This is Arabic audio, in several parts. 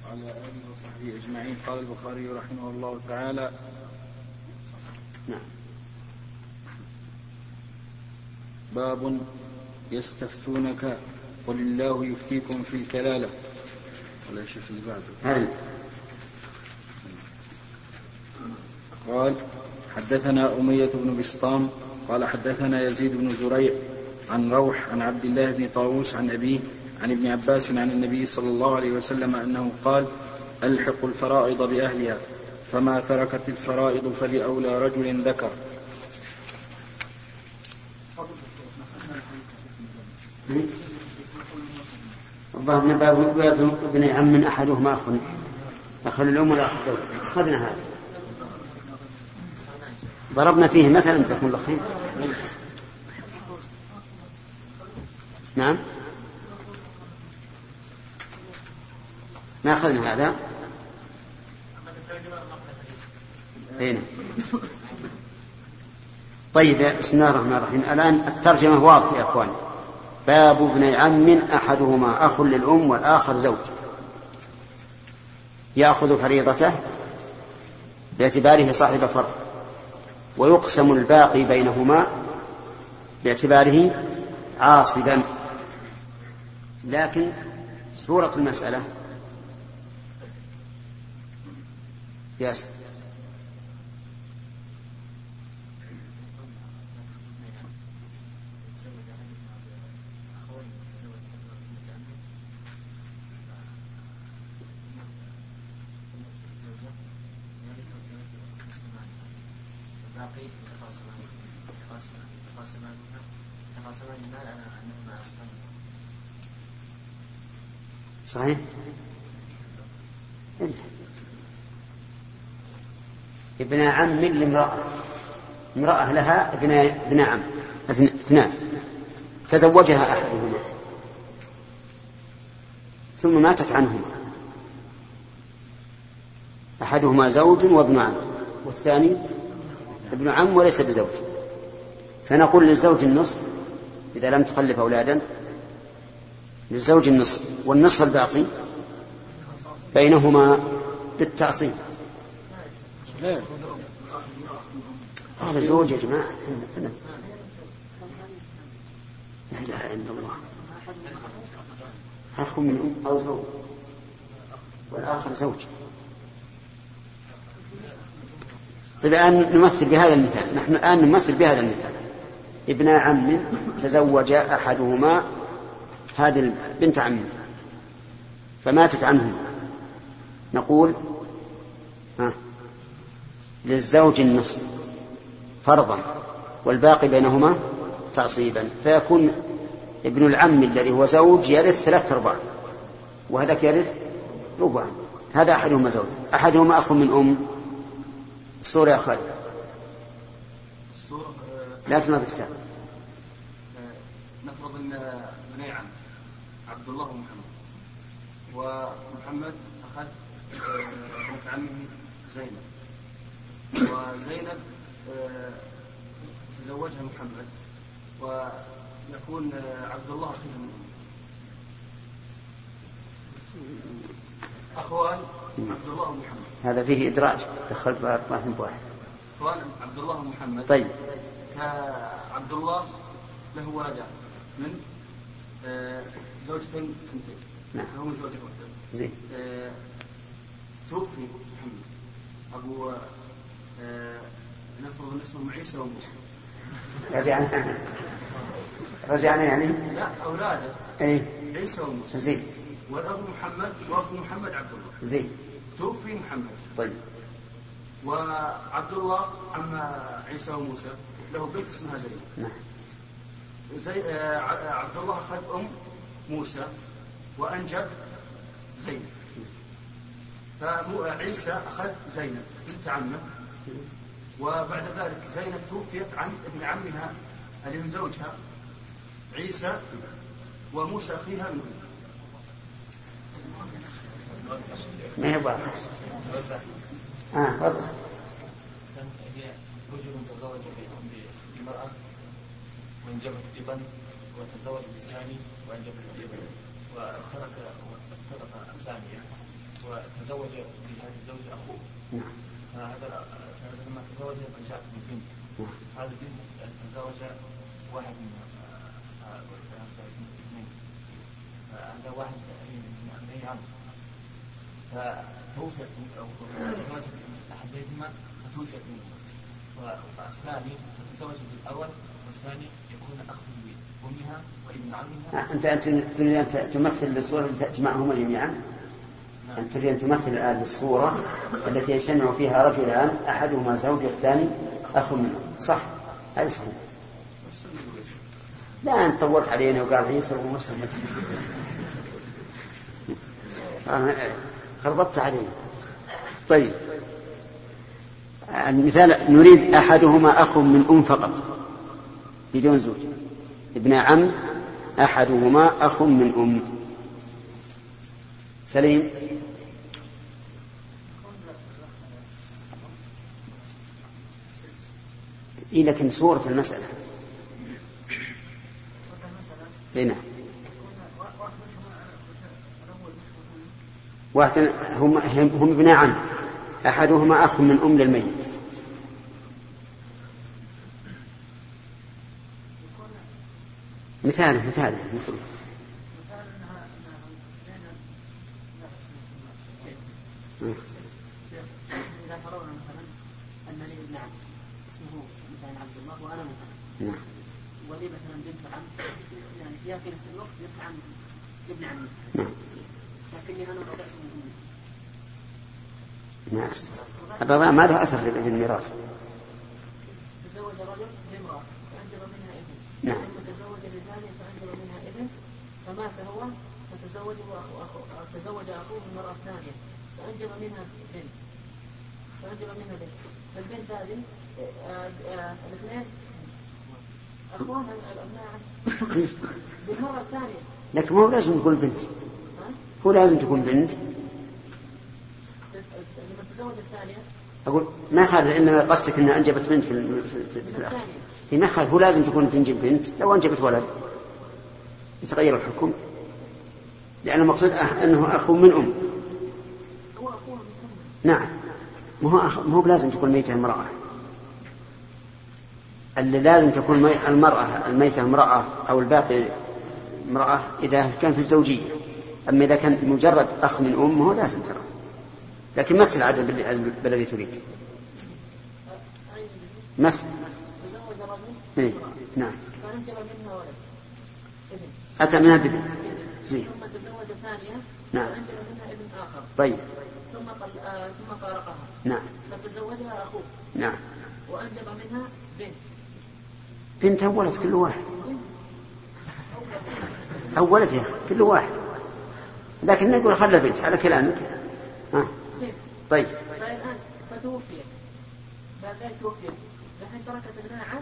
وعلى آله وصحبه أجمعين. قال البخاري رحمه الله تعالى: نعم. باب يستفتونك قل الله يفتيكم في الكلالة. ولا شوف اللي بعده. قال: حدثنا أمية بن بسطام قال حدثنا يزيد بن زريع عن روح عن عبد الله بن طاووس عن أبيه عن ابن عباس عن النبي صلى الله عليه وسلم أنه قال: ألحقوا الفرائض بأهلها، فما تركت الفرائض فلأولى رجل ذكر. الظاهر باب ابن عم من أحدهما أخ الأم والأخ الزوج. أخذنا هذا ضربنا فيه مثلا. جزاكم الله خير. نعم ما أخذنا هذا. هنا. طيب بسم الله الرحمن الرحيم. الآن الترجمة واضحة يا أخوان. باب ابن عم أحدهما أخ للأم والآخر زوج، يأخذ فريضته باعتباره صاحب فرض، ويقسم الباقي بينهما باعتباره عاصبا. لكن صورة المسألة ياسر صحيح. ابن عم لامرأة، امرأة لها ابن عم اثنان، تزوجها أحدهما ثم ماتت عنهما، أحدهما زوج وابن عم والثاني ابن عم وليس بزوج، فنقول للزوج النصف إذا لم تخلف أولادا، للزوج النصف، والنصف الباقي بينهما بالتعصيب. هذا زوج يا جماعة. لا إله إلا الله. أخ من أم أو زوج والآخر زوج. طيب الآن نمثل بهذا المثال. نحن الآن نمثل بهذا المثال. ابن عم تزوج أحدهما هذه بنت عمه فماتت عنه، نقول للزوج النصف فرضا والباقي بينهما تعصيبا، فيكون ابن العم الذي هو زوج يرث 3/4 وهذاك يرث ربعا. هذا أحدهما زوج، أحدهما أخ من أم. الصورة يا خالد لا تنظر الكتاب. نفرض أن ابني عم عبد الله ومحمد، ومحمد أخذ بنت عمه زينب، وزينب تزوجها محمد، ويكون عبد الله أخيها من أخوان عبد الله ومحمد. هذا فيه إدراج، دخلت واحد بواحد. أخوان عبد الله ومحمد. طيب كعبد الله له ولدان من زوجتين ثنتين. نعم. له من زوجة واحدة. زين. توفي محمد أبو نفرض أن اسمه عيسى وموسى. رجعنا يعني. لا أولاده. أي. عيسى وموسى. زين. والأب محمد وأخو محمد عبد الله. زين. توفي محمد. طيب. وعبد الله عم عيسى وموسى له بنت اسمها زينب. نعم. عبد الله أخذ أم موسى وأنجب زينب، فعيسى أخذ زينب بنت عمه، وبعد ذلك زينب توفيت عن ابن عمها اللي هو زوجها عيسى، وموسى أخيها منه. ما هي بعض. واضح. رجل تزوج بامرأة وانجبت ابن، وتزوج بالثاني وانجبت ابن، وافترق الثانية، وتزوج بهذه الزوجة أخوه. فهذا لما تزوج جاءت بالبنت. هذا البنت تزوج واحد من اثنين. هذا واحد من عم. فتوفيت أو تزوج أحدهما فتوفيت منهما. والثاني تتزوج بالأول والثاني يكون أخ لأمها وابن عمها. أنت تريد أن تمثل الصورة التي تأتي معهما جميعا؟ أن تريد أن تمثل الآن الصورة التي يجتمع فيها رجلان أحدهما زوج والثاني أخ منه، صح؟ هذا صحيح. لا أنت طورت علينا وقال عيسى ومرسل خربطت علينا. طيب المثال نريد أحدهما أخ من أم فقط بدون زوج، ابن عم أحدهما أخ من أم. سليم. إيه لكن صورة المسألة هنا واحد هم ابن عم أحدهما أخ من أم للميت. مثاله إذا فرضنا مثلا أنني ابن عم اسمه مثلا عبد الله وأنا محمد، ولي مثلا بنت عم يعني فيها في نفس الوقت بنت عم ابن عمي، لكني أنا رجعت من أمي. هذا ما له أثر في الميراث. تزوج رجل بامرأة فأنجب منها ابن، ثم تزوج بثانية فأنجب منها ابن، فمات هو فتزوج أخوه بالمرأة الثانية فأنجب منها بنت، فالبنت هذه الاثنين أخوان الأبناء بالمرة الثانية. لكن ما هو لازم تكون بنت، هو لازم تكون بنت. لما تزوج الثانية أقول ما خالف، إنما قصدك إنها أنجبت بنت في الآخر. ما خالف، هو لازم تكون تنجب بنت. لو أنجبت ولد يتغير الحكم، لأن المقصود أنه أخو من أم. هو أخوه من أم. نعم، ما هو لازم تكون ميتة امرأة. اللي لازم تكون المرأة الميتة امرأة أو الباقي امرأة إذا كان في الزوجية. أما إذا كان مجرد أخ من أم هو لازم ترى. لكن مثل عدد الذي تريد. مثل تزوج رجل نعم فأنجب منها ولد أتى منها بابن زين، ثم تزوج ثانية نعم فأنجب منها ابن آخر. طيب ثم فارقها نعم فتزوجها أخوه نعم وأنجب منها بنت أو ولد كل واحد أو ولد كل واحد، لكن نقول خلى بنت على كلامك. طيب الآن فتوفيت بعد ذلك توفيت لحين تركت ابناء عم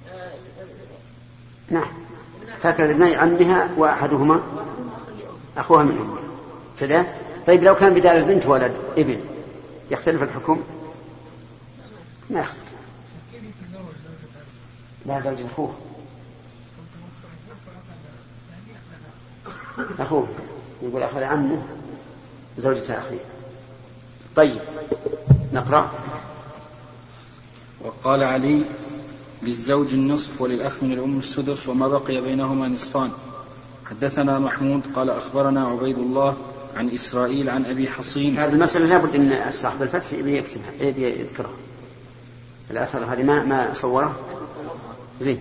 نعم تركت ابناء عمها وأحدهما أخوها من أمها سدى. طيب لو كان بدال البنت ولد ابن يختلف الحكم؟ ما يختلف. لا زوج أخوه يقول أخذ عمه زوجة أخيه. طيب نقرأ. وقال علي للزوج النصف وللأخ من الأم السدس وما بقي بينهما نصفان. حدثنا محمود قال أخبرنا عبيد الله عن إسرائيل عن أبي حصين. هذه المسألة لابد أن صاحب الفتح يكتبها يذكرها. الأثر هذه ما صوره زين.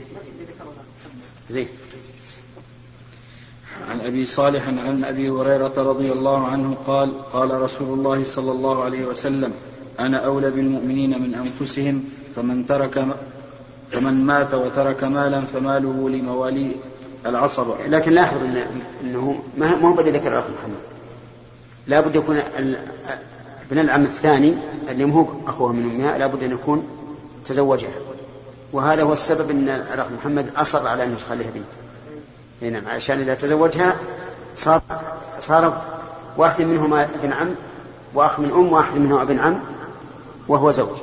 عن أبي صالح عن أبي هريرة رضي الله عنه قال قال رسول الله صلى الله عليه وسلم أنا أولى بالمؤمنين من أنفسهم فمن مات وترك مالا فماله لموالي العصبة. لكن لاحظ أنه ما هو بدي ذكر الأخ محمد، لا بد يكون ابن العم الثاني اللي هو أخوها من أمها لا بد أن يكون تزوجها، وهذا هو السبب أن الأخ محمد أصر على أن يخليها بنت. نعم عشان إذا تزوجها صارت واحد منهما ابن عم وأخ من أم واحد منهما ابن عم وهو زوج.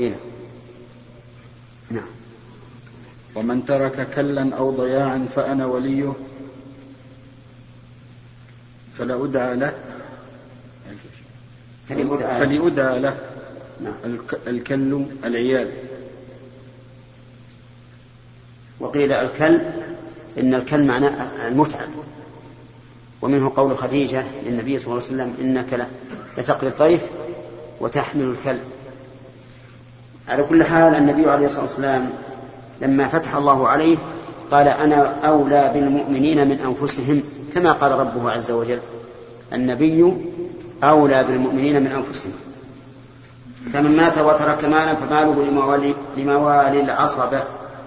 نعم. ومن ترك كلا أو ضياعا فأنا وليه فلا أدعى له فليدعى له. الكل العيال. وقيل الكل إن الكل معناه المتعب، ومنه قول خديجة للنبي صلى الله عليه وسلم إنك لتقري الضيف وتحمل الكل. على كل حال النبي عليه الصلاة والسلام لما فتح الله عليه قال أنا أولى بالمؤمنين من أنفسهم، كما قال ربه عز وجل النبي أولى بالمؤمنين من أنفسهم. فمن مات وترك مالا فماله لموالي العصبة،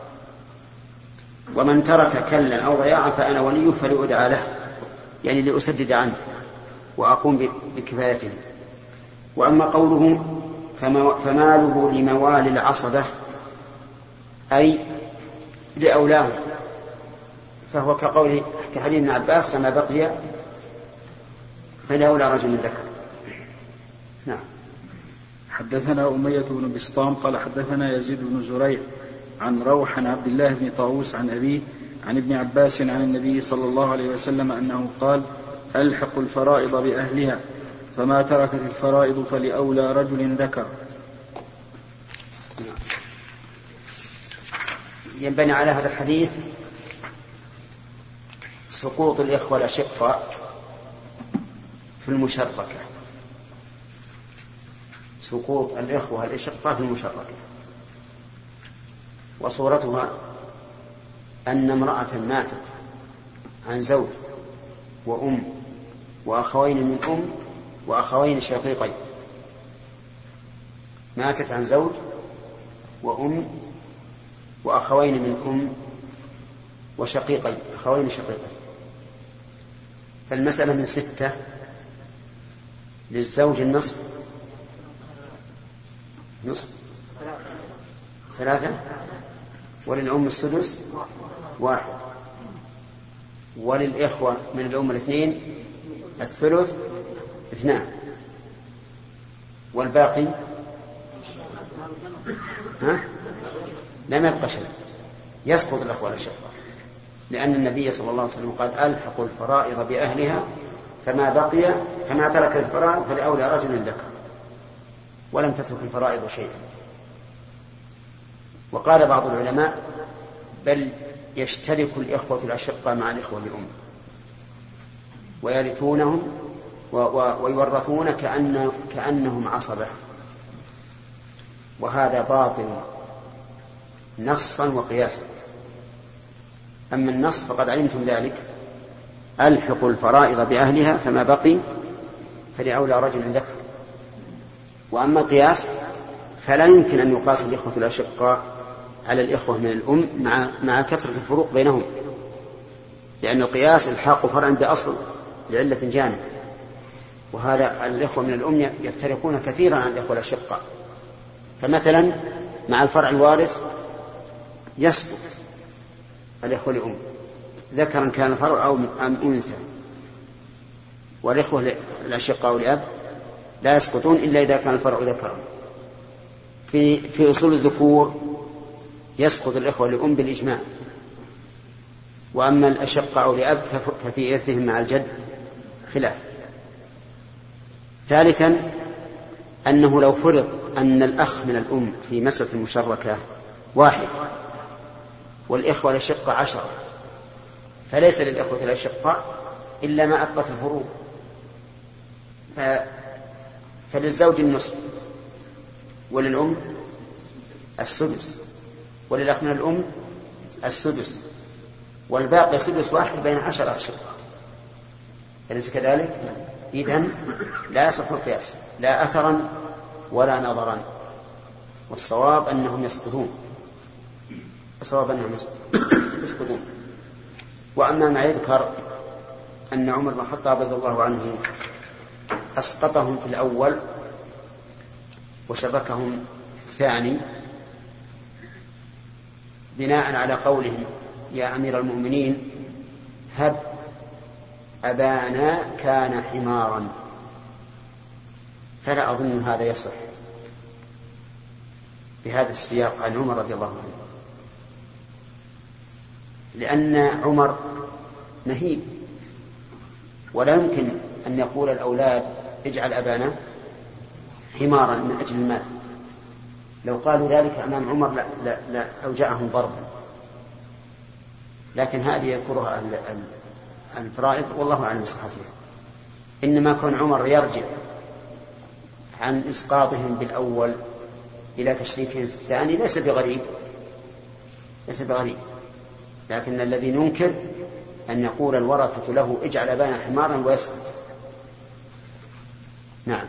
ومن ترك كلا أو ضياعا فأنا وليه فليدعى له، يعني لأسدد عنه وأقوم بكفايته. وأما قوله فماله لموالي العصبة أي لأولاه، فهو كحديث ابن عباس كما بقي فلأولى رجل ذكر. نعم. حدثنا أمية بن بسطام قال حدثنا يزيد بن زريع عن روح عن عبد الله بن طاووس عن أبيه عن ابن عباس عن النبي صلى الله عليه وسلم أنه قال ألحق الفرائض بأهلها فما تركت الفرائض فلأولى رجل ذكر. ينبني على هذا الحديث سقوط الإخوة الأشقاء في المشركة، سقوط الإخوة الأشقاء في المشركة. وصورتها أن امرأة ماتت عن زوج وأم وأخوين من أم وأخوين شقيقين، ماتت عن زوج وأم وأخوين من أم وشقيقين، أخوين شقيقين. فالمسألة من 6، للزوج النصف 3، وللأم السدس 1، وللإخوة من الأم 2 الثلث 2، والباقي لم يبقى شيء، يسقط الأخوة الأشقاء، لأن النبي صلى الله عليه وسلم قال ألحق الفرائض بأهلها فما ترك الفرائض فلأولى رجل ذكر، ولم تترك الفرائض شيئا. وقال بعض العلماء بل يشترك الإخوة الأشقاء مع الإخوة الأم ويرثونهم ويورثون كأنهم عصبة، وهذا باطل نصا وقياسا. أما النص فقد علمتم ذلك، ألحقوا الفرائض بأهلها فما بقي فلأولى رجل ذكر. وأما القياس فلا يمكن أن يقاس الإخوة الأشقاء على الإخوة من الأم مع كثرة الفروق بينهم، لأن القياس الحاق فرع بأصل لعلة جامعة، وهذا الإخوة من الأم يفترقون كثيرا عن الإخوة الأشقاء. فمثلا مع الفرع الوارث يسقط الإخوة الأم ذكرا كان الفرع أو أنثى، والإخوة الأشقاء والأب لا يسقطون إلا إذا كان الفرع ذكرا. في أصول الذكور يسقط الإخوة الأم بالإجماع، وأما الأشقاء أو الأب ففي إرثهم مع الجد خلاف. ثالثا أنه لو فرض أن الأخ من الأم في مسألة المشركة 1 والإخوة الأشقاء 10، فليس للإخوة الأشقاء إلا ما أبقت الفروض، فللزوج النصف وللأم السدس وللأخ من الأم السدس، والباقي سدس 1 بين 10 أشقاء. أليس كذلك؟ إذن لا يصح القياس لا أثرا ولا نظرا، والصواب أنهم يسقطون، يسقطون. وأما ما يذكر أن عمر بن الخطاب رضي الله عنه أسقطهم في الأول وشبكهم في الثاني بناء على قولهم يا أمير المؤمنين هب أبانا كان حمارا، فلا أظن هذا يصح بهذا السياق عن عمر رضي الله عنه، لأن عمر مهيب ولا يمكن أن يقول الأولاد اجعل أبانا حمارا من أجل المال. لو قالوا ذلك أمام عمر لا أوجعهم ضربا، لكن هذه يذكرها الفرائض والله أعلم بصحتها. إنما كون عمر يرجع عن إسقاطهم بالأول إلى تشريكهم في الثاني ليس بغريب، لكن الذي ينكر أن يقول الورثة له اجعل أبانا حمارا ويسكت. نعم.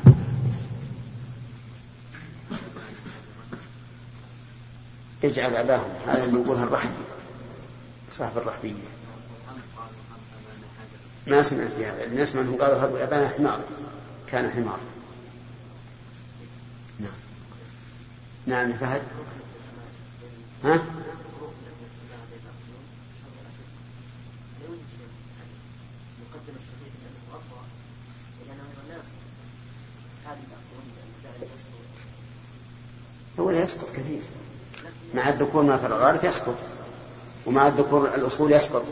اجعل أباهم، هذا اللي يقولها الرحبي صاحب الرحبية. ما سمعت بهذا، الناس منهم قالوا أبانا حمار، كان حمار. نعم. نعم فهد. ها؟ هو يسقط كثير مع الذكور، ما في الغالب يسقط، ومع الذكور الأصول يسقط.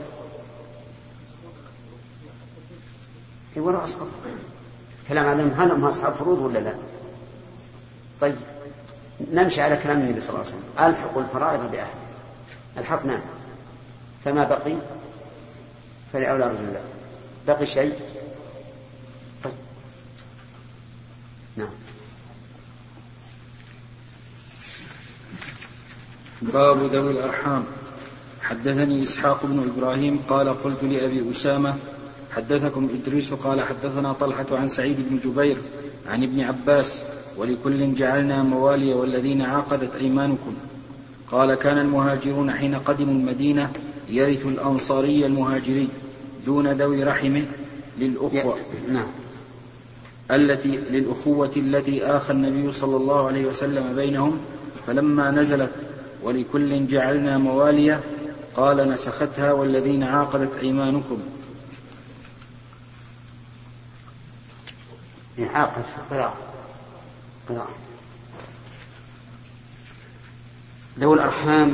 ولا أسقط كلام عدم، هل هم أصحاب فروض ولا لا؟ طيب نمشي على كلام النبي صلى الله عليه وسلم، ألحق الفرائض بأهله، ألحقناه، فما بقي فلأولى رجل الله. بقي شيء؟ طيب. نعم. باب ذوي الأرحام. حدثني إسحاق بن إبراهيم قال قلت لأبي أسامة حدثكم إدريس قال حدثنا طلحة عن سعيد بن جبير عن ابن عباس ولكل جعلنا موالي والذين عقدت أيمانكم. قال كان المهاجرون حين قدموا المدينة يرث الأنصاري المهاجري دون ذوي رحمه للأخوة التي آخى النبي صلى الله عليه وسلم بينهم، فلما نزلت ولكل جعلنا مواليا قال نسختها والذين عاقدت أيمانكم. عاقد قراءة. ذوي الأرحام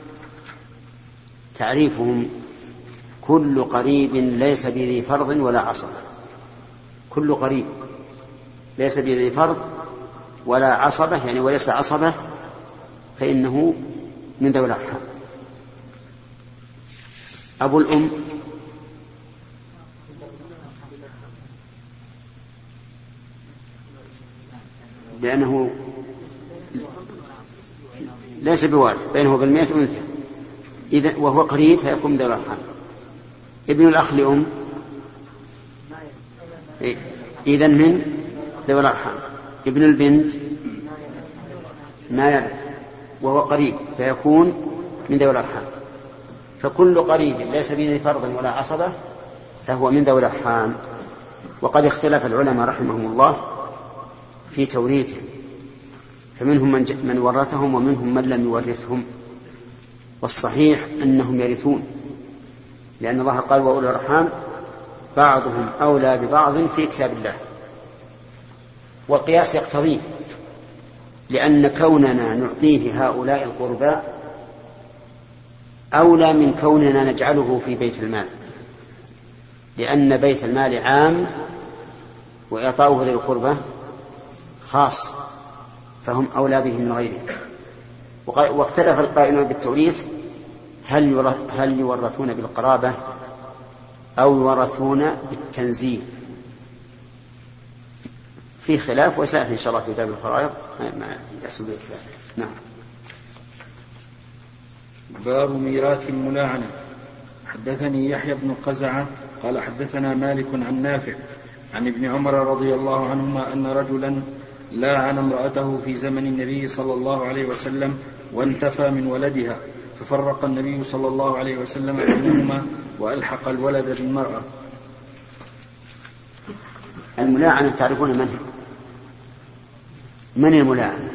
تعريفهم كل قريب ليس بذي فرض ولا عصبة. كل قريب ليس بذي فرض ولا عصبة، يعني وليس عصبة، فإنه من ذوي الأرحام. أبو الأم لأنه ليس بوارث، بينه وبين المئة أنثى، وهو قريب فيكون من ذوي الأرحام. ابن الأخ لأم إذن من ذوي الأرحام. ابن البنت ما يرث وهو قريب فيكون من ذوي الأرحام. فكل قريب ليس بذي فرض ولا عصبة فهو من ذوي الأرحام. وقد اختلف العلماء رحمهم الله في توريثهم، فمنهم من ورثهم ومنهم من لم يورثهم، والصحيح أنهم يرثون، لأن الله قال وأولي الأرحام بعضهم أولى ببعض في كتاب الله. والقياس يقتضيه، لأن كوننا نعطيه هؤلاء القرباء أولى من كوننا نجعله في بيت المال، لأن بيت المال عام وإعطاؤه ذي القربة خاص، فهم أولى به من غيره. واختلف القائلون بالتوريث هل يورثون بالقرابة أو يورثون بالتنزيل، في خلاف، وسأتي إن شاء الله في باب الفرائض ما يحصل به خلاف. نعم. باب ميراث الملاعنة. حدثني يحيى بن قزعة قال حدثنا مالك عن نافع عن ابن عمر رضي الله عنهما أن رجلا لاعن امرأته في زمن النبي صلى الله عليه وسلم وانتفى من ولدها، ففرق النبي صلى الله عليه وسلم بينهما وألحق الولد بالمرأة. الملاعنة تعرفون من الملاعنة؟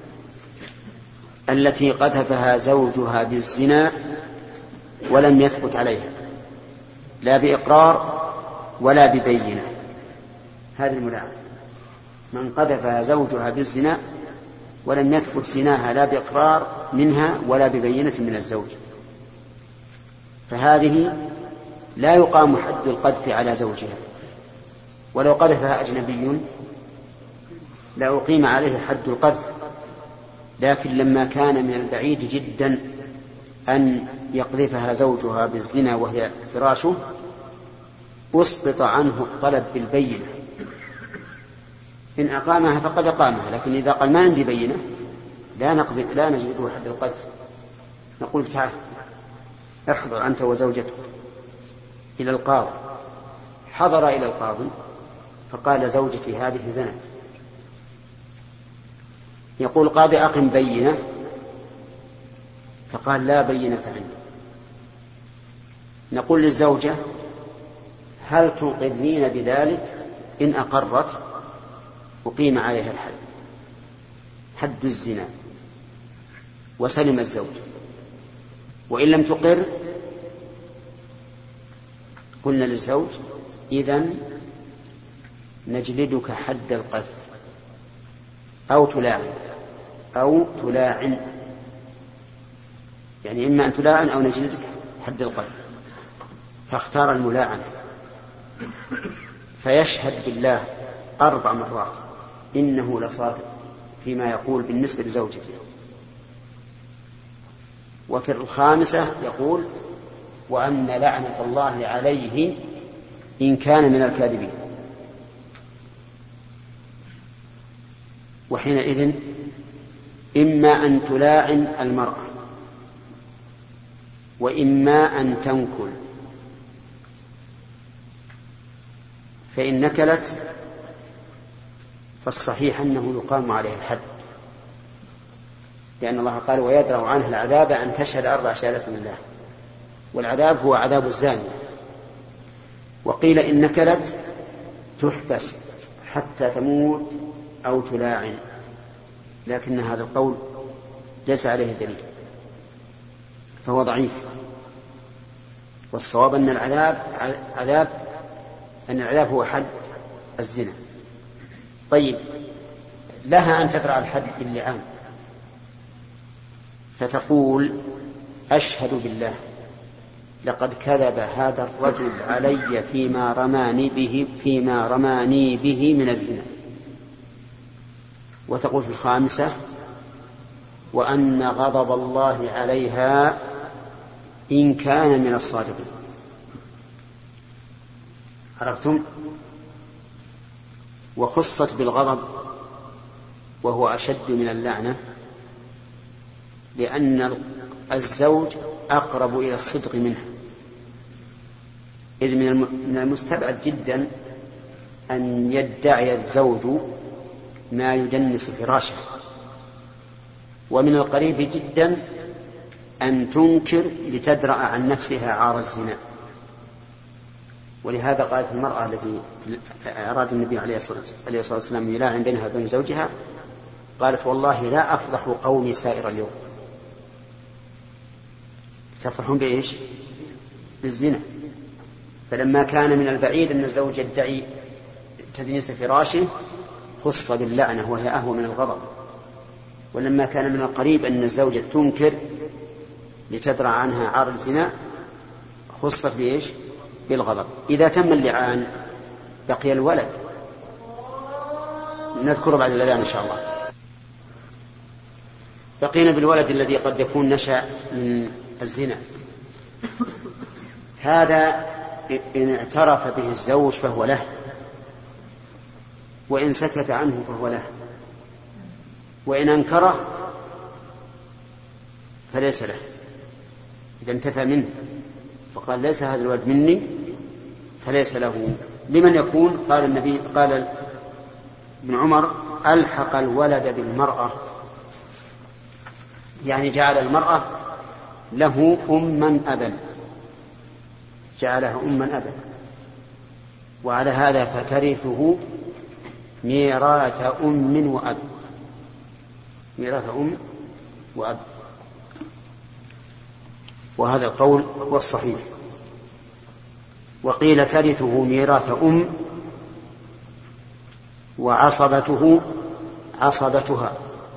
التي قذفها زوجها بالزنا ولم يثبت عليها لا بإقرار ولا ببينة، هذه الملاعنة. من قذفها زوجها بالزنا ولم يثبت زناها لا بإقرار منها ولا ببينة من الزوج، فهذه لا يقام حد القذف على زوجها، ولو قذفها أجنبي لا أقيم عليه حد القذف، لكن لما كان من البعيد جدا أن يقذفها زوجها بالزنا وهي فراشه أسقط عنه الطلب بالبينة. إن أقامها فقد أقامها، لكن إذا قال ما عندي بينة لا نجلده حد القذف، نقول تعال احضر أنت وزوجتك إلى القاضي. حضر إلى القاضي فقال زوجتي هذه زنت. يقول القاضي أقم بينة، فقال لا بينة عندي. نقول للزوجة هل تنقذين بذلك؟ إن أقرت أقيم عليها الحد، حد الزنا، وسلم الزوج. وإن لم تقر قلنا للزوج إذن نجلدك حد القذف أو تلاعن، يعني إما أن تلاعن أو نجلدك حد القذف. فاختار الملاعنة، فيشهد بالله 4 مرات إنه لصادق فيما يقول بالنسبة لزوجته. وفي الخامسة يقول وأن لعنة الله عليه إن كان من الكاذبين. وحينئذ إما أن تلاعن المرأة وإما أن تنكل، فإن نكلت فالصحيح أنه يقام عليه الحد، لأن الله قال ويدرأ عنه العذاب أن تشهد 4 شهادات من الله، والعذاب هو عذاب الزانية. وقيل إن نكلت تحبس حتى تموت أو تلاعن، لكن هذا القول ليس عليه دليل فهو ضعيف. والصواب أن العذاب هو حد الزنا. طيب، لها أن تدرأ الحد باللعان، فتقول أشهد بالله لقد كذب هذا الرجل علي فيما رماني به من الزنا. وتقول في الخامسة وأن غضب الله عليها إن كان من الصادقين. عرفتم؟ وخصت بالغضب وهو أشد من اللعنة، لأن الزوج أقرب إلى الصدق منها، إذ من المستبعد جدا أن يدعي الزوج ما يدنس فراشه، ومن القريب جدا أن تنكر لتدرأ عن نفسها عار الزنا. ولهذا قالت المرأة التي أراد النبي عليه الصلاة والسلام يلاعن بينها وبين زوجها، قالت والله لا أفضح قومي سائر اليوم. تفضحون بإيش؟ بالزنا. فلما كان من البعيد أن الزوج يدعي تدنيس فراشه خص باللعنة وهي أهوى من الغضب، ولما كان من القريب أن الزوجة تنكر لتدرع عنها عار الزنا خصت بإيش؟ بالغضب. إذا تم اللعان بقي الولد، نذكره بعد الأذان إن شاء الله. بقينا بالولد الذي قد يكون نشأ من الزنا. هذا إن اعترف به الزوج فهو له، وإن سكت عنه فهو له، وإن أنكره فليس له. إذا انتفى منه وقال ليس هذا الولد مني فليس له. لمن يكون؟ قال ابن عمر ألحق الولد بالمرأة، يعني جعل المرأة له أما أبا، جعلها أما أبا. وعلى هذا فترثه ميراث أم وأب، ميراث أم وأب. وهذا القول هو الصحيح. وقيل ترثه ميراث أم وعصبته عصبتها،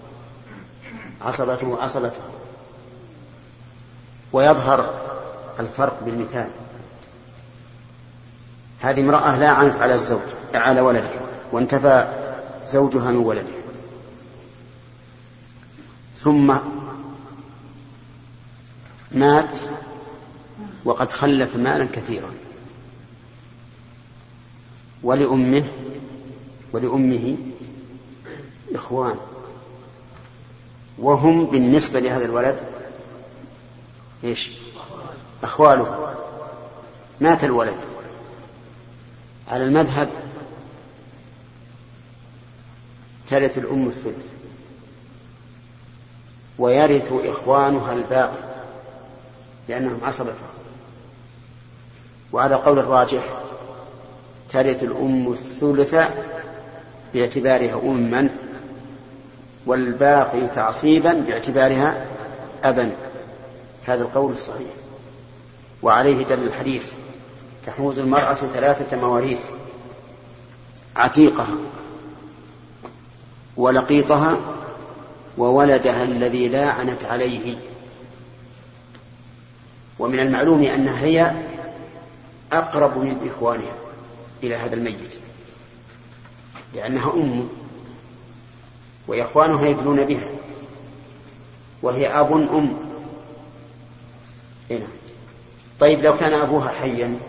ويظهر الفرق بالمثال. هذه امرأة لا عنت على الزوج على ولده وانتفى زوجها من ولده، ثم مات وقد خلف مالا كثيرا، ولأمه إخوان، وهم بالنسبة لهذا الولد أخواله. مات الولد، على المذهب ترث الأم الثلث، ويرث إخوانها الباقي لأنهم عصبة. وعلى قول الراجح ترث الأم الثلث باعتبارها أما، والباقي تعصيبا باعتبارها أبا. هذا القول الصحيح، وعليه دل الحديث: تحوز المرأة 3 مواريث: عتيقها ولقيطها وولدها الذي لاعنت عليه. ومن المعلوم أنها هي أقرب من إخوانها إلى هذا الميت، لأنها أم وإخوانها يدلون بها، وهي أب أم. هنا طيب لو كان أبوها حيا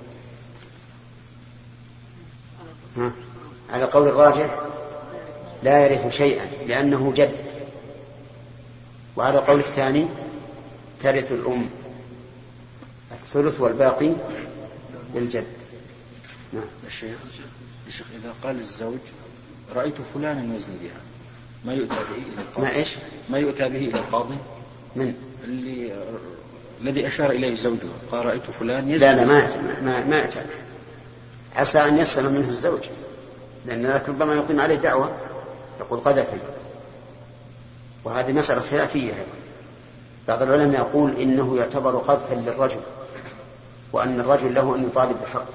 على قول الراجح لا يرث شيئا لأنه جد. وعلى قول الثاني ترث الأم الثلث والباقي للجد. نعم. الشيخ إذا قال الزوج: رأيت فلانا يزني بها، ما يؤتى به إلى القاضي؟ ما يؤتى به إلى القاضي؟ من الذي أشار إليه زوجه قال: رأيت فلان يزني. لا ما أتى، عسى أن يسلم منه الزوج، لأن ذلك ربما يقيم عليه دعوة يقول قذفني، وهذه مسألة خلافية. بعض العلماء يقول إنه يعتبر قذفا للرجل، وأن الرجل له أن يطالب بحقه،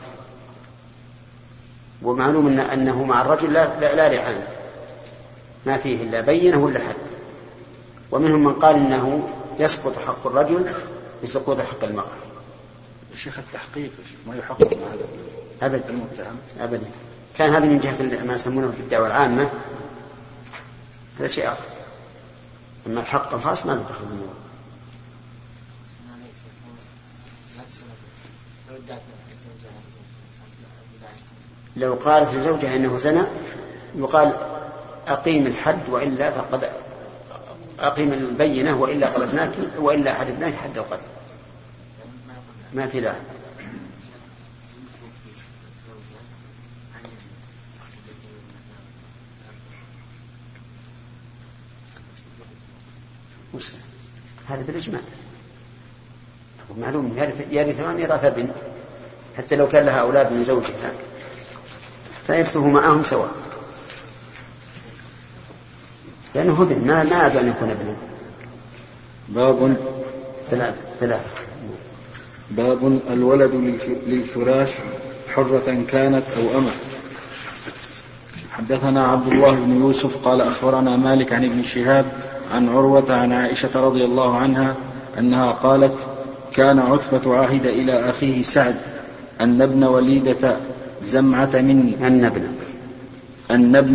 ومعلوم أنه مع الرجل لا لعان، ما فيه إلا بينه ولا حد. ومنهم من قال إنه يسقط حق الرجل بسقوط حق المرأة. الشيخ التحقيق ما يحقق مع هذا أبدا المتهم أبدا. كان هذا من جهة ما يسمونه بالدعوة العامة، هذا شيء آخر. أما الحق الخاص ما ندخل بالموضوع. لو قالت لزوجها إنه زنى يقال: أقيم الحد وإلا فقد أقيم البينة وإلا قذفناك وإلا حددناك حد القذف. ما في داعي. هذا بالإجماع معلوم، يرثان ميراث ابن، حتى لو كان لها أولاد من زوجها فيرثه معهم سواء، لأنه ابن، ما أدى أن يكون ابنا. باب 3. باب الولد للفراش حرة كانت أو أمة. حدثنا عبد الله بن يوسف قال أخبرنا مالك عن ابن شهاب عن عروة عن عائشة رضي الله عنها أنها قالت: كان عتبة عاهد إلى أخيه سعد أن ابن وليدة زمعة مني أن ابن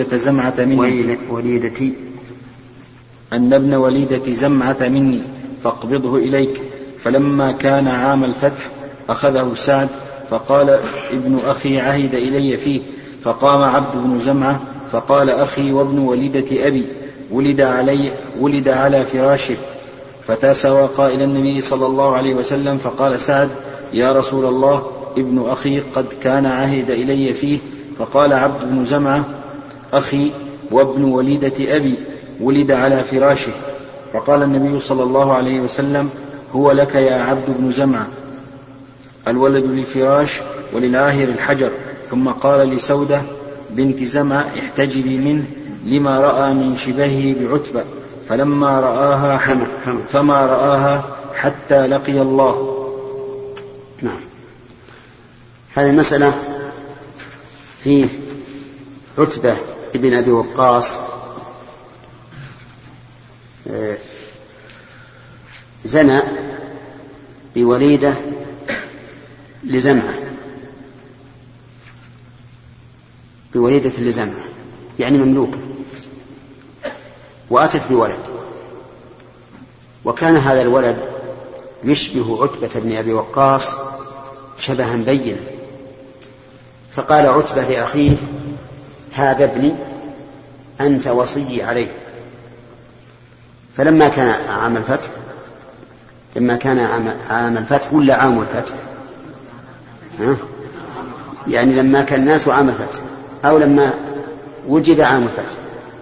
وليدة زمعة مني فاقبضه إليك. فلما كان عام الفتح أخذه سعد فقال: ابن أخي عهد إلي فيه. فقام عبد بن زمعة فقال: أخي وابن وليدة أبي ولد على فراشه. فتساوقا إلى النبي صلى الله عليه وسلم فقال سعد: يا رسول الله، ابن أخي قد كان عهد إلي فيه. فقال عبد بن زمعة: أخي وابن وليدة أبي ولد على فراشه. فقال النبي صلى الله عليه وسلم: هو لك يا عبد بن زمعة، الولد للفراش وللعاهر الحجر. ثم قال لسودة بنت زمعة: احتجبي منه لما رأى من شبهه بعتبة. فما رآها حتى لقي الله. نعم. هذه المسألة في عتبة ابن أبي وقاص زنى بوليدة لزمعة يعني مملوكة، وأتت بولد، وكان هذا الولد يشبه عتبة بن أبي وقاص شبها بينا، فقال عتبة لأخيه: هذا ابني أنت وصي عليه. فلما كان عام الفتح ولا عام الفتح، يعني لما كان الناس عام الفتح أو لما وجد عام الفتح،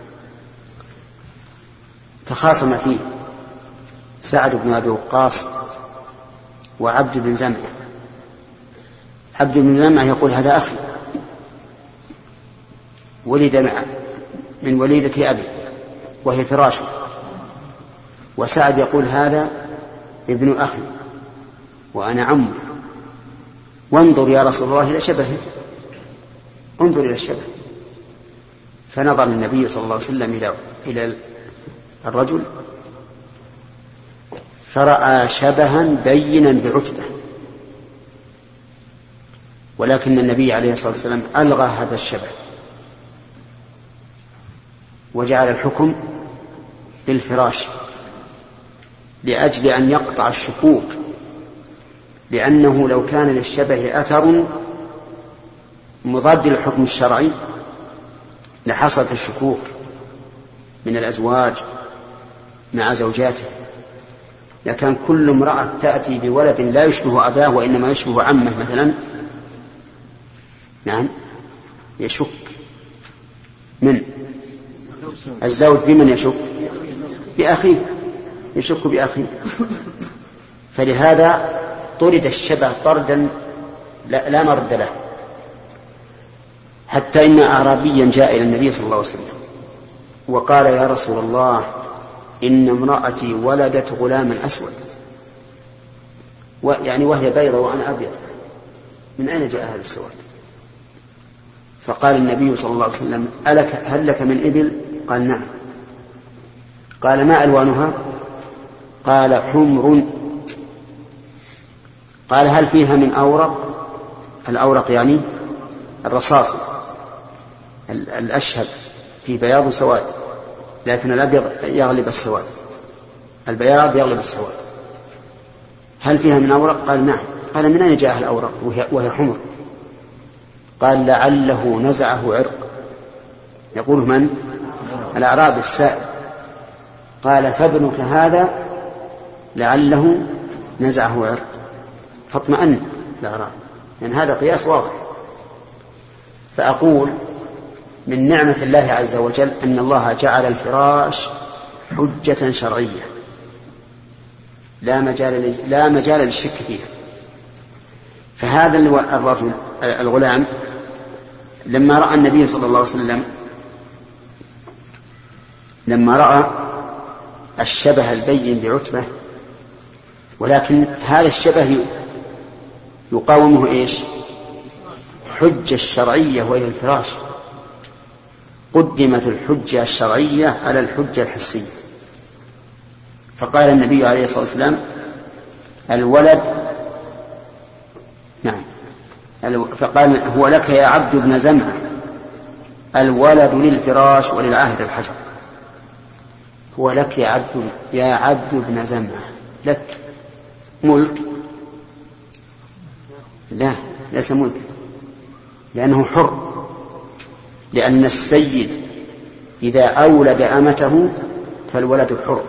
تخاصم فيه سعد بن أبي وقاص وعبد بن زمعة. عبد بن زمعة يقول: هذا أخي ولد من وليدة أبي وهي فراشه، وسعد يقول: هذا ابن أخي وأنا عمه، وانظر يا رسول الله إلى شبهه، انظر إلى الشبه. فنظر النبي صلى الله عليه وسلم إلى الرجل فرأى شبها بينا بعتبة، ولكن النبي عليه الصلاة والسلام ألغى هذا الشبه وجعل الحكم للفراش لأجل أن يقطع الشكوك، لأنه لو كان للشبه أثر مضاد للحكم الشرعي لحصلت الشكوك من الأزواج مع زوجاته، لكن كل امرأة تأتي بولد لا يشبه أباه وإنما يشبه عمه مثلا، نعم، يشك من الزوج بمن يشك؟ بأخيه، يشك بأخيه. فلهذا طرد الشبه طردا لا مرد له، حتى إن أعرابيا جاء إلى النبي صلى الله عليه وسلم وقال: يا رسول الله، إن امرأتي ولدت غلاما أسود، يعني وهي بيضة وأنا أبيض، من أين جاء هذا السواد؟ فقال النبي صلى الله عليه وسلم: هل لك من إبل؟ قال: نعم. قال: ما ألوانها؟ قال: حمر. قال: هل فيها من أورق؟ الأورق يعني الرصاص الأشهب، في بياض وسواد، لكن الأبيض يغلب السواد، البياض يغلب السواد. هل فيها من أورق؟ قال: نعم. قال: من أين جاء الأورق وهي حمر؟ قال: لعله نزعه عرق. يقول من؟ الأعرابي السائل. قال: فابنك هذا لعله نزعه عرق. فاطمأن الأعرابي، لأن هذا قياس واضح. فأقول من نعمة الله عز وجل أن الله جعل الفراش حجة شرعية لا مجال للشك فيها. فهذا الرجل الغلام لما رأى النبي صلى الله عليه وسلم، لما رأى الشبه البين بعتبة، ولكن هذا الشبه يقاومه إيش؟ حجة الشرعية وهي الفراش. قدمت الحجة الشرعية على الحجة الحسية، فقال النبي عليه الصلاة والسلام: الولد، نعم، فقال: هو لك يا عبد بن زمعة، الولد للفراش وللعاهر الحجر. هو لك يا عبد بن زمعة، لك ملك؟ لا، ليس ملك، لأنه حر، لأن السيد إذا أولد أمته فالولد حر،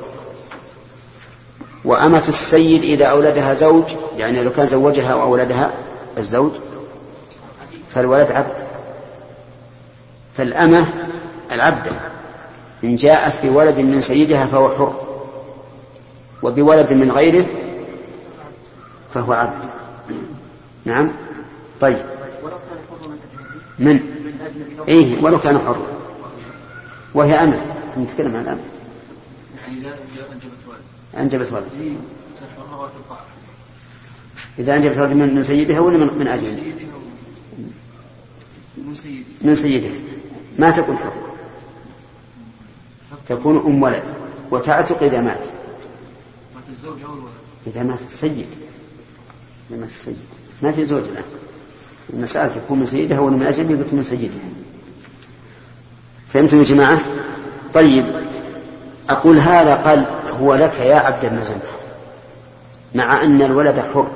وأمة السيد إذا أولدها زوج، يعني لو كان زوجها وأولدها الزوج فالولد عبد. فالأمة العبد إن جاءت بولد من سيدها فهو حر، وبولد من غيره فهو عبد. نعم. طيب، من إيه ولو كان حرا وهي أمة، نتكلم عن الأمة، أنجبت ولد، إذا أنجبت ولد من سيدها ولا من أجل من سيدها ما تكون حرة، تكون أم ولد وتعتق إذا مات. إذا مات السيد، ما في زوج الآن، المسألة تكون من سيدها ولا من أجل من سيدها. فهمتم يا جماعة؟ طيب، أقول هذا قال هو لك يا عبد بن زمعة، مع أن الولد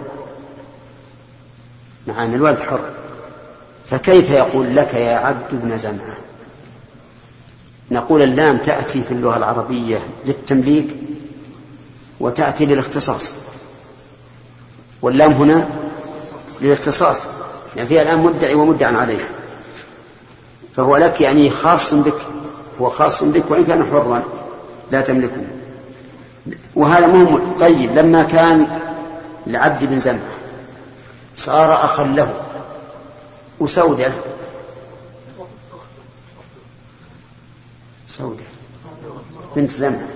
حر، فكيف يقول لك يا عبد بن زمعة؟ نقول اللام تأتي في اللغة العربية للتمليك وتأتي للاختصاص، واللام هنا للاختصاص، يعني فيها الآن مدعي ومدعى عليه، فهو لك يعني خاص بك، هو خاص بك وإن كان حرا لا تملكه، وهذا مهم. طيب، لما كان لعبد بن زمعة صار أخا له، وسودة بنت زمعة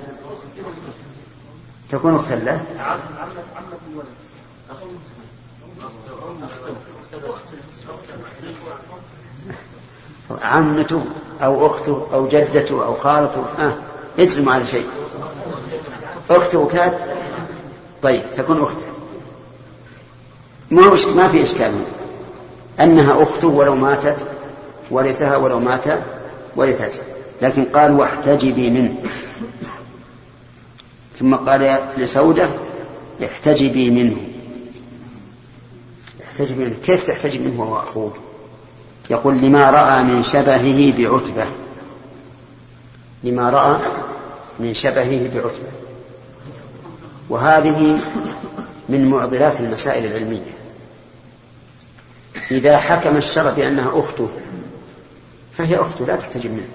تكون أختا له؟ عمته أو أخته أو جدته أو خالته، يجزم على شيء. أخته كانت، طيب تكون أخته، ما في إشكال أنها أخته ولو ماتت ورثها، ولو مات ورثته، لكن قال واحتجبي منه، ثم قال لسودة احتجبي منه. احتجبي منه، كيف تحتجب منه وهو أخوه؟ يقول لما رأى من شبهه بعتبة، لما رأى من شبهه بعتبة، وهذه من معضلات المسائل العلمية. إذا حكم الشرع بأنها أخته فهي أخته لا تحتجب منه،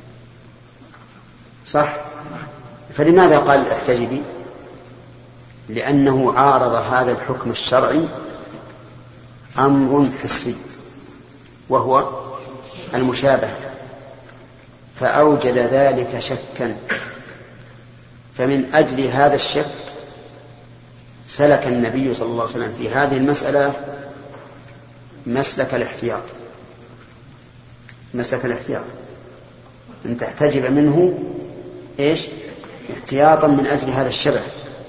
صح؟ فلماذا قال احتجبي؟ لأنه عارض هذا الحكم الشرعي أمر حسي وهو المشابهة، فأوجد ذلك شكا، فمن أجل هذا الشك سلك النبي صلى الله عليه وسلم في هذه المسألة مسلك الاحتياط، أن تحتجب منه إيش؟ احتياطا من أجل هذا الشبه.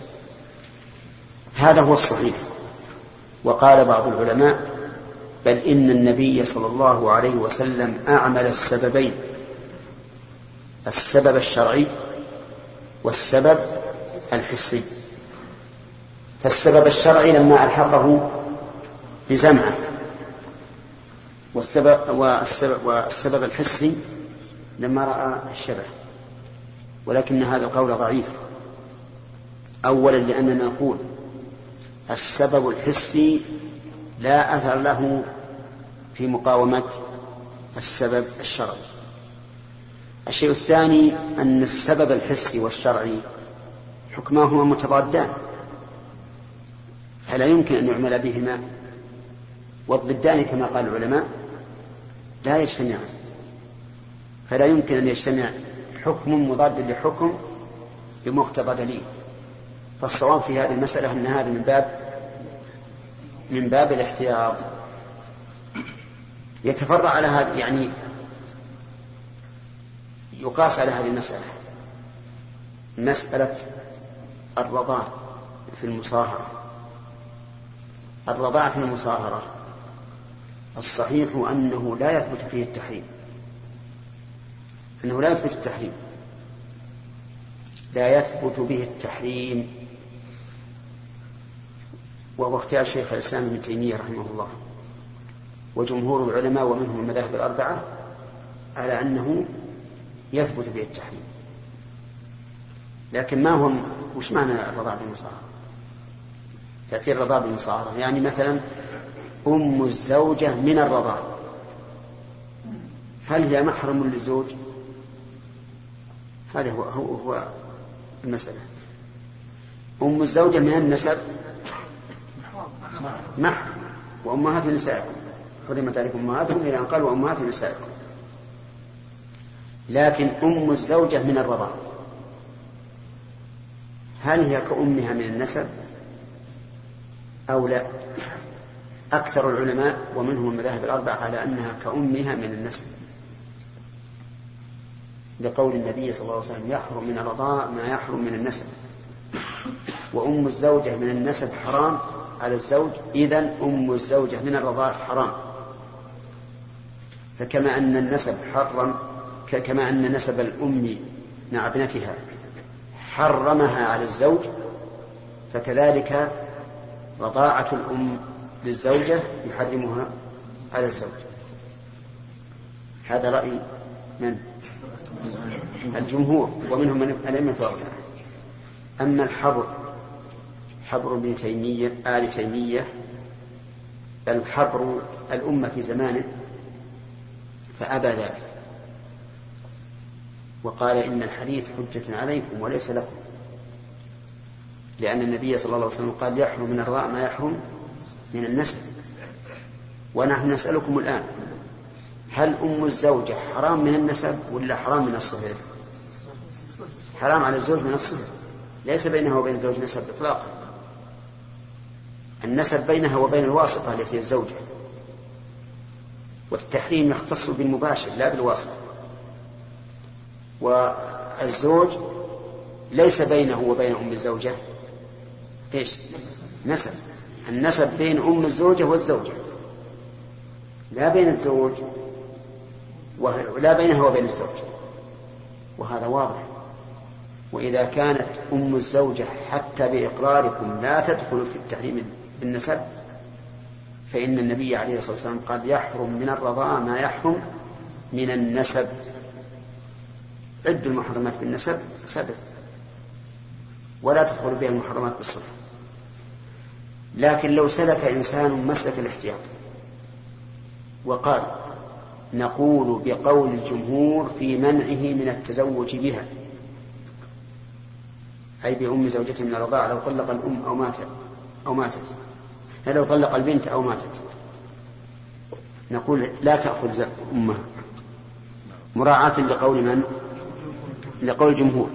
هذا هو الصحيح. وقال بعض العلماء بل إن النبي صلى الله عليه وسلم أعمل السببين، السبب الشرعي والسبب الحسي. فالسبب الشرعي لما ألحقه بزمعة، والسبب الحسي لما رأى الشبه. ولكن هذا القول ضعيف، أولا لأننا نقول السبب الحسي لا أثر له في مقاومة السبب الشرعي. الشيء الثاني أن السبب الحسي والشرعي حكماهما متضادان، فلا يمكن أن يعمل بهما، والضدان كما قال العلماء لا يجتمعان، فلا يمكن أن يجتمع حكم مضاد لحكم بمقتضى دليل. فالصواب في هذه المسألة أن هذا من باب الاحتياط. يتفرع على هذا، يعني يقاس على هذه المسألة مسألة الرضاع في المصاهرة. الرضاع في المصاهرة الصحيح أنه لا يثبت فيه التحريم، لا يثبت به التحريم، وهو اختيار شيخ الإسلام ابن تيمية رحمه الله وجمهور العلماء ومنهم المذاهب الأربعة على أنه يثبت به التحريم. لكن ما هو وش معنى الرضاع بالمصاهرة؟ تأتي الرضاع بالمصاهرة يعني مثلا أم الزوجة من الرضاع، هل هي محرم للزوج؟ هذا هو المسألة. أم الزوجة من النسب محرم، وأمهات نسائكم حرمت عليكم أمهاتكم إلى أن قال وأمهات نسائكم. لكن أم الزوجة من الرضاع هل هي كأمها من النسب أو لا؟ أكثر العلماء ومنهم المذاهب الأربعة على أنها كأمها من النسب، لقول النبي صلى الله عليه وسلم يحرم من الرضاع ما يحرم من النسب، وأم الزوجة من النسب حرام على الزوج، إذن أم الزوجة من الرضاع حرام. فكما أن النسب حرم كما أن نسب الأم مع ابنتها حرمها على الزوج، فكذلك رضاعة الأم للزوجة يحرمها على الزوج. هذا رأي من؟ الجمهور، ومنهم من الأئمة الأربعة. أما حبر بن تيمية آل تيمية، بل حبر الأمة في زمانه، فأبى ذلك وقال إن الحديث حجة عليكم وليس لكم، لأن النبي صلى الله عليه وسلم قال يحرم من الرضاع ما يحرم من النسب. ونحن نسألكم الآن، هل أم الزوجة حرام من النسب ولا حرام من الصهر؟ حرام على الزوج من الصهر، ليس بينها وبين الزوج نسب إطلاقا، النسب بينها وبين الواسطة التي هي الزوجة، والتحريم يختص بالمباشر لا بالواسطة. والزوج ليس بينه وبين أم الزوجة إيش؟ نسب. النسب بين أم الزوجة والزوجة، لا بين الزوج ولا بينها وبين الزوج، وهذا واضح. وإذا كانت أم الزوجة حتى بإقراركم لا تدخل في التحريم بالنسب، فإن النبي عليه الصلاة والسلام قال يحرم من الرضاعة ما يحرم من النسب. عد المحرمات بالنسب 7، ولا تدخل بها المحرمات بالصفة. لكن لو سلك إنسان مسلك الاحتياط وقال نقول بقول الجمهور في منعه من التزوج بها، أي بأم زوجته من الرضاعة، لو طلق الأم أو ماتت، لو طلق البنت أو ماتت، نقول لا تأخذ أمها مراعاة لقول من؟ لقول الجمهور.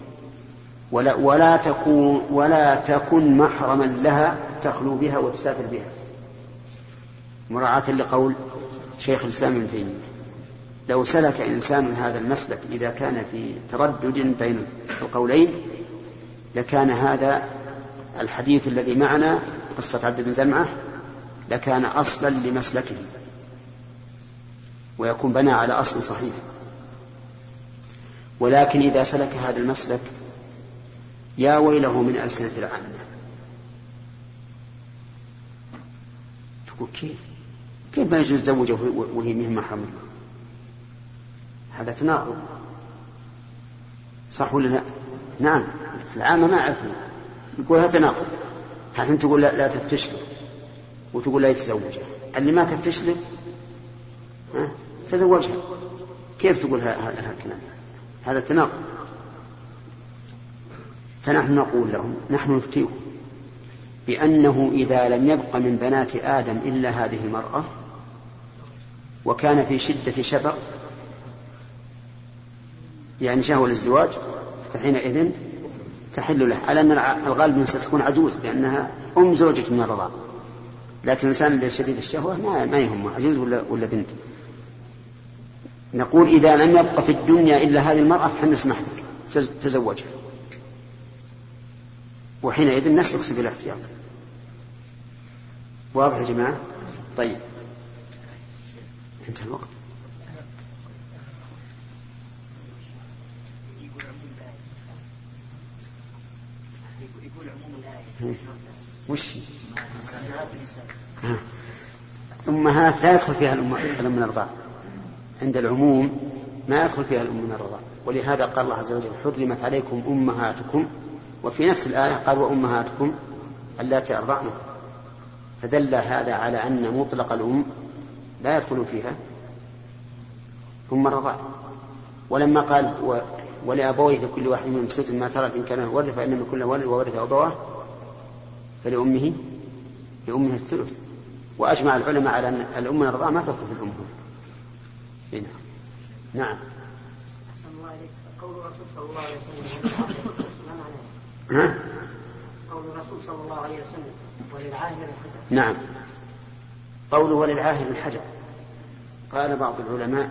ولا تكن محرما لها تخلو بها وتسافر بها، مراعاة لقول شيخ الإسلام ابن تيمية. لو سلك إنسان هذا المسلك إذا كان في تردد بين القولين لكان هذا الحديث الذي معنا قصة عبد بن زمعة لكان أصلا لمسلكه، ويكون بنى على أصل صحيح. ولكن إذا سلك هذا المسلك يا ويله من ألسنة العامة، تقول كيف ما يجوز زوجه وهي مهما حمل؟ هذا تناقض، صح ولا لا؟ نعم، العامة ما عرفنا، يقول هذا تناقض. حتى تقول لا تفتش له وتقول لا يتزوجها، اللي ما تفتش له تزوجها، كيف تقول هذا الكلام؟ هذا تناقض. فنحن نقول لهم، نحن نفتيكم بأنه إذا لم يبق من بنات آدم إلا هذه المرأة وكان في شدة شبق يعني شهوة للزواج، فحينئذ تحل له، على أن الغالب من ستكون عجوز لأنها أم زوجة من الرضاع. لكن الإنسان اللي شديد الشهوة ما يهمه عجوز ولا بنت. نقول إذا لم يبق في الدنيا إلا هذه المرأة فحن نسمح لك تزوجها، وحينئذ نسلك سبيل الاحتياط. واضح يا جماعة؟ طيب انتهى الوقت. يقول عموم الآية وش أمهات لا يدخل فيها الأم من الرضاعة، عند العموم ما يدخل فيها الأم من الرضاعة. ولهذا قال الله عز وجل حرمت عليكم أمهاتكم، وفي نفس الآية قال وأمهاتكم اللاتي أرضعنكم، فدل هذا على أن مطلق الأم لا يدخل فيها أم الرضاعة. ولما قال ولأبويه لكل واحد منهم سدس ما ترك إن كان ورث فإن من كل ولد وورث أبواه فلأمه الثلث. وأجمع العلماء على أن الأم من الرضاعة ما تدخل في الأم. نعم. قول الرسول صلى الله عليه وسلم ما معناه؟ قول الرسول صلى الله عليه وسلم وللعاهر الحجر. نعم، قوله وللعاهر الحجر، قال بعض العلماء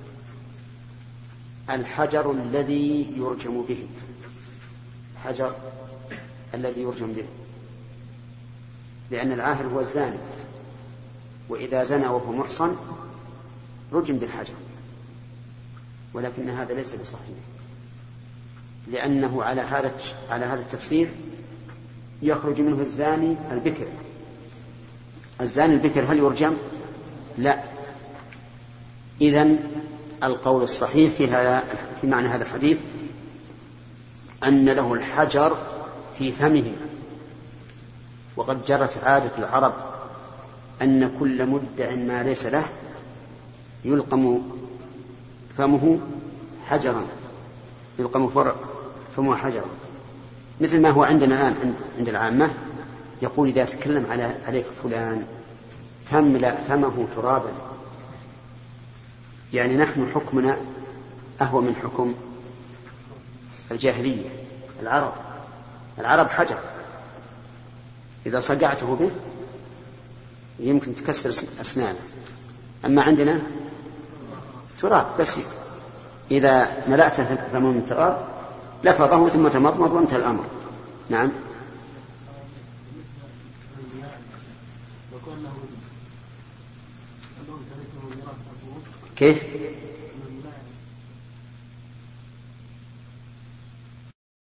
الحجر الذي يرجم به، حجر الذي يرجم به، لأن العاهر هو الزاني، وإذا زنى وهو محصن رجم بالحجر. ولكن هذا ليس بصحيح، لأنه على هذا التفسير يخرج منه الزاني البكر. الزاني البكر هل يرجم؟ لا. إذن القول الصحيح في معنى هذا الحديث أن له الحجر في فمه. وقد جرت عادة العرب أن كل مدع ما ليس له يلقم فمه حجرا، يلقم فمه حجرا، مثل ما هو عندنا الآن عند العامة، يقول إذا تكلم عليك فلان فاملأ فمه ترابا. يعني نحن حكمنا أهو من حكم الجاهلية. العرب حجر إذا صقعته به يمكن تكسر أسنانه، أما عندنا تراب بس. إذا ملأت فمه من تراب لفظه ثم تمضمض وانتهى الأمر. نعم. كيف؟